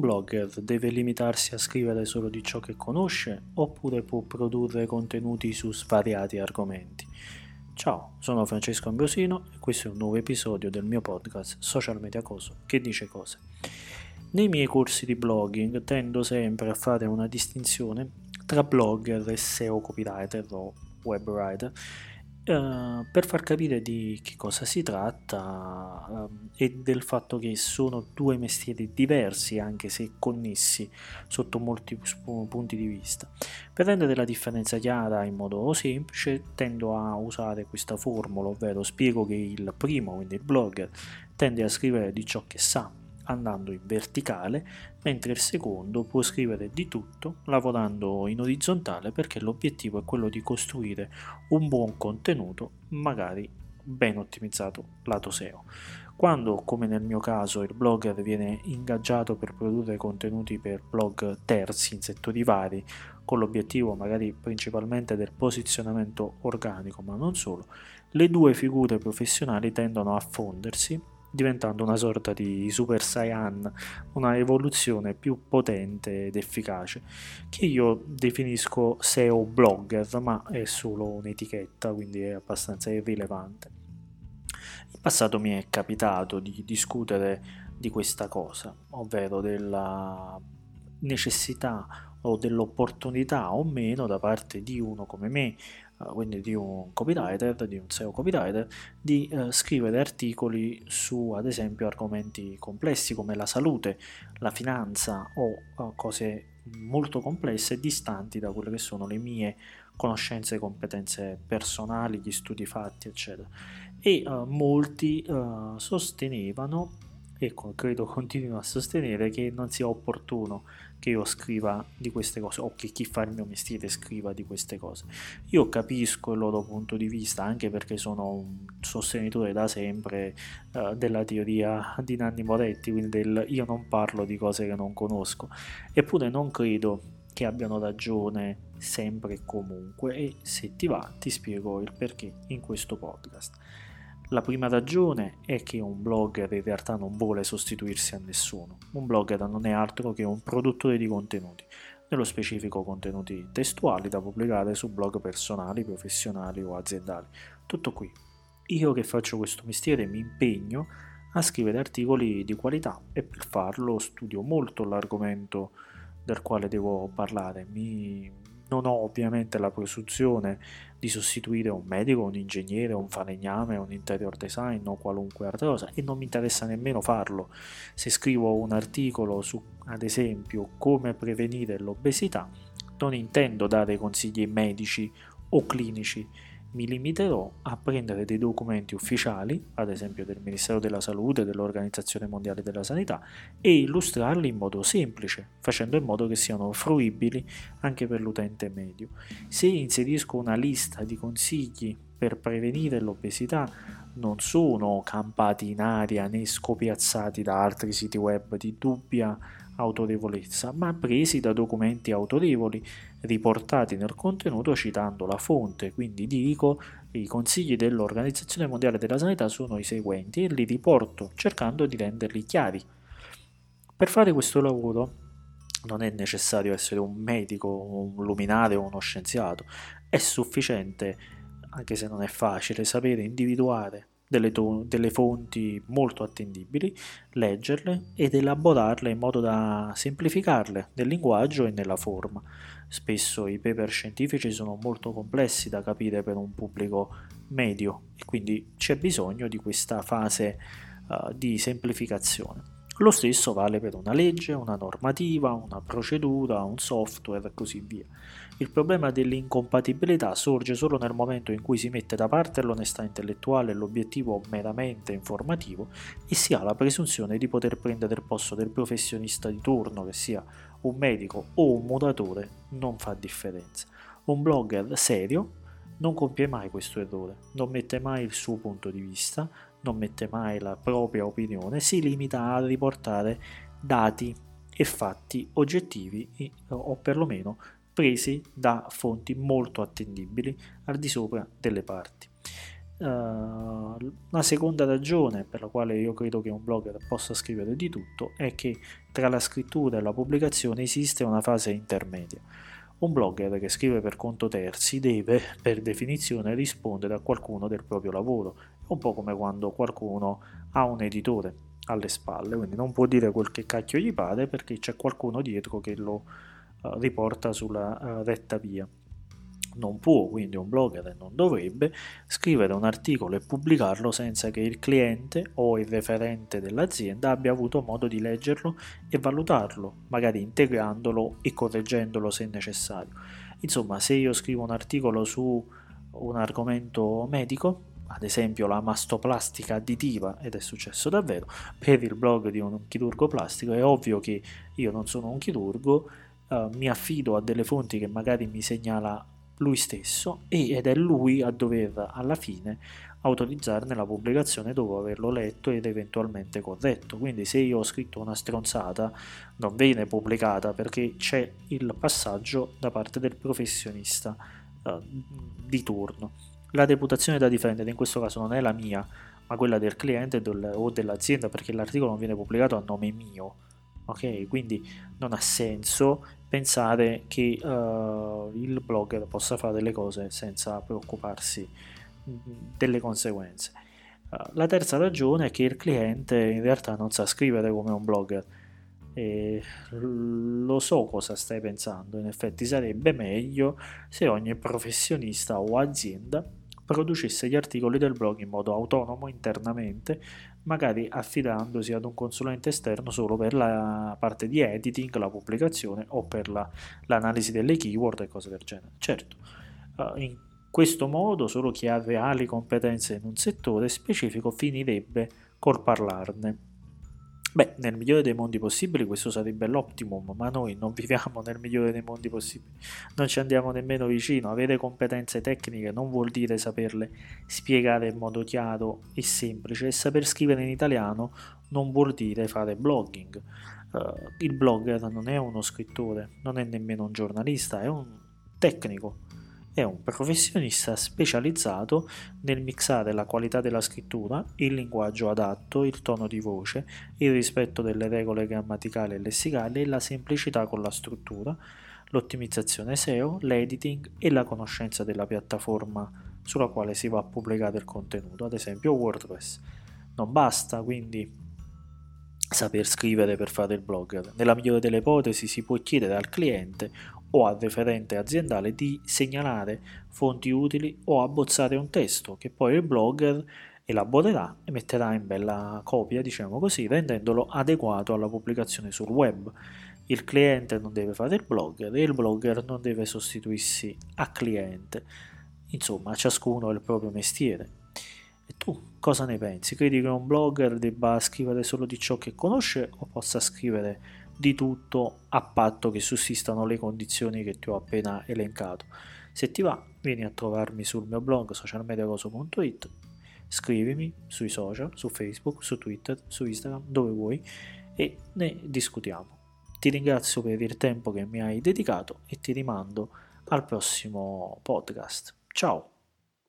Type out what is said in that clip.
blogger deve limitarsi a scrivere solo di ciò che conosce oppure può produrre contenuti su svariati argomenti? Ciao, sono Francesco Ambrosino e questo è un nuovo episodio del mio podcast Social Media Coso che dice cose. Nei miei corsi di blogging tendo sempre a fare una distinzione tra blogger e SEO copywriter o web writer per far capire di che cosa si tratta e del fatto che sono due mestieri diversi anche se connessi sotto molti punti di vista. Per rendere la differenza chiara in modo semplice tendo a usare questa formula, ovvero spiego che il primo, quindi il blogger, tende a scrivere di ciò che sa andando in verticale, mentre il secondo può scrivere di tutto lavorando in orizzontale perché l'obiettivo è quello di costruire un buon contenuto, magari ben ottimizzato lato SEO. Quando, come nel mio caso, il blogger viene ingaggiato per produrre contenuti per blog terzi in settori vari, con l'obiettivo magari principalmente del posizionamento organico, ma non solo, le due figure professionali tendono a fondersi diventando una sorta di Super Saiyan, una evoluzione più potente ed efficace, che io definisco SEO blogger, ma è solo un'etichetta, quindi è abbastanza irrilevante. In passato mi è capitato di discutere di questa cosa, ovvero della necessità o dell'opportunità o meno da parte di uno come me, quindi di un copywriter, di un SEO copywriter, di scrivere articoli su ad esempio argomenti complessi come la salute, la finanza o cose molto complesse e distanti da quelle che sono le mie conoscenze e competenze personali, gli studi fatti, eccetera. E molti sostenevano, e credo continuino a sostenere, che non sia opportuno che io scriva di queste cose o che chi fa il mio mestiere scriva di queste cose. Io capisco il loro punto di vista anche perché sono un sostenitore da sempre della teoria di Nanni Moretti, quindi del io non parlo di cose che non conosco, eppure non credo che abbiano ragione sempre e comunque, e se ti va ti spiego il perché in questo podcast. La prima ragione è che un blogger in realtà non vuole sostituirsi a nessuno. Un blogger non è altro che un produttore di contenuti, nello specifico contenuti testuali da pubblicare su blog personali, professionali o aziendali. Tutto qui. Io che faccio questo mestiere mi impegno a scrivere articoli di qualità e per farlo studio molto l'argomento del quale devo parlare. Non ho ovviamente la presunzione di sostituire un medico, un ingegnere, un falegname, un interior design o qualunque altra cosa e non mi interessa nemmeno farlo. Se scrivo un articolo su, ad esempio, come prevenire l'obesità, non intendo dare consigli medici o clinici, mi limiterò a prendere dei documenti ufficiali, ad esempio del Ministero della Salute, dell'Organizzazione Mondiale della Sanità, e illustrarli in modo semplice, facendo in modo che siano fruibili anche per l'utente medio. Se inserisco una lista di consigli per prevenire l'obesità, non sono campati in aria né scopiazzati da altri siti web di dubbia autorevolezza, ma presi da documenti autorevoli, riportati nel contenuto citando la fonte, quindi dico i consigli dell'Organizzazione Mondiale della Sanità sono i seguenti e li riporto cercando di renderli chiari. Per fare questo lavoro non è necessario essere un medico, un luminare o uno scienziato, è sufficiente, anche se non è facile, sapere individuare delle fonti molto attendibili, leggerle ed elaborarle in modo da semplificarle nel linguaggio e nella forma. Spesso i paper scientifici sono molto complessi da capire per un pubblico medio e quindi c'è bisogno di questa fase di semplificazione. Lo stesso vale per una legge, una normativa, una procedura, un software e così via. Il problema dell'incompatibilità sorge solo nel momento in cui si mette da parte l'onestà intellettuale e l'obiettivo meramente informativo e si ha la presunzione di poter prendere il posto del professionista di turno, che sia un medico o un muratore, non fa differenza. Un blogger serio non compie mai questo errore, non mette mai il suo punto di vista, non mette mai la propria opinione, si limita a riportare dati e fatti oggettivi o perlomeno presi da fonti molto attendibili al di sopra delle parti. Una seconda ragione per la quale io credo che un blogger possa scrivere di tutto è che tra la scrittura e la pubblicazione esiste una fase intermedia. Un blogger che scrive per conto terzi deve, per definizione, rispondere a qualcuno del proprio lavoro. È un po' come quando qualcuno ha un editore alle spalle, quindi non può dire quel che cacchio gli pare perché c'è qualcuno dietro che lo riporta sulla retta via. Non può, quindi un blogger non dovrebbe scrivere un articolo e pubblicarlo senza che il cliente o il referente dell'azienda abbia avuto modo di leggerlo e valutarlo, magari integrandolo e correggendolo se necessario. Insomma, se io scrivo un articolo su un argomento medico, ad esempio la mastoplastica additiva, ed è successo davvero, per il blog di un chirurgo plastico, è ovvio che io non sono un chirurgo, mi affido a delle fonti che magari mi segnala lui stesso ed è lui a dover alla fine autorizzarne la pubblicazione dopo averlo letto ed eventualmente corretto. Quindi se io ho scritto una stronzata non viene pubblicata perché c'è il passaggio da parte del professionista di turno. La reputazione da difendere in questo caso non è la mia, ma quella del cliente o dell'azienda perché l'articolo non viene pubblicato a nome mio. Ok, quindi non ha senso pensare che il blogger possa fare delle cose senza preoccuparsi delle conseguenze. La terza ragione è che il cliente in realtà non sa scrivere come un blogger. E lo so cosa stai pensando, in effetti sarebbe meglio se ogni professionista o azienda producesse gli articoli del blog in modo autonomo internamente, magari affidandosi ad un consulente esterno solo per la parte di editing, la pubblicazione o per l'analisi delle keyword e cose del genere. Certo, in questo modo solo chi ha reali competenze in un settore specifico finirebbe col parlarne. Beh, nel migliore dei mondi possibili questo sarebbe l'optimum, ma noi non viviamo nel migliore dei mondi possibili, non ci andiamo nemmeno vicino. Avere competenze tecniche non vuol dire saperle spiegare in modo chiaro e semplice, e saper scrivere in italiano non vuol dire fare blogging. Il blogger non è uno scrittore, non è nemmeno un giornalista, è un tecnico. È un professionista specializzato nel mixare la qualità della scrittura, il linguaggio adatto, il tono di voce, il rispetto delle regole grammaticali e lessicali e la semplicità con la struttura, l'ottimizzazione SEO, l'editing e la conoscenza della piattaforma sulla quale si va a pubblicare il contenuto, ad esempio WordPress. Non basta quindi saper scrivere per fare il blogger. Nella migliore delle ipotesi si può chiedere al cliente o al referente aziendale di segnalare fonti utili o abbozzare un testo che poi il blogger elaborerà e metterà in bella copia, diciamo così, rendendolo adeguato alla pubblicazione sul web. Il cliente non deve fare il blogger e il blogger non deve sostituirsi a cliente. Insomma, ciascuno ha il proprio mestiere. E tu cosa ne pensi? Credi che un blogger debba scrivere solo di ciò che conosce o possa scrivere di tutto a patto che sussistano le condizioni che ti ho appena elencato? Se ti va, vieni a trovarmi sul mio blog socialmediacoso.it, scrivimi sui social, su Facebook, su Twitter, su Instagram, dove vuoi e ne discutiamo. Ti ringrazio per il tempo che mi hai dedicato e ti rimando al prossimo podcast. Ciao!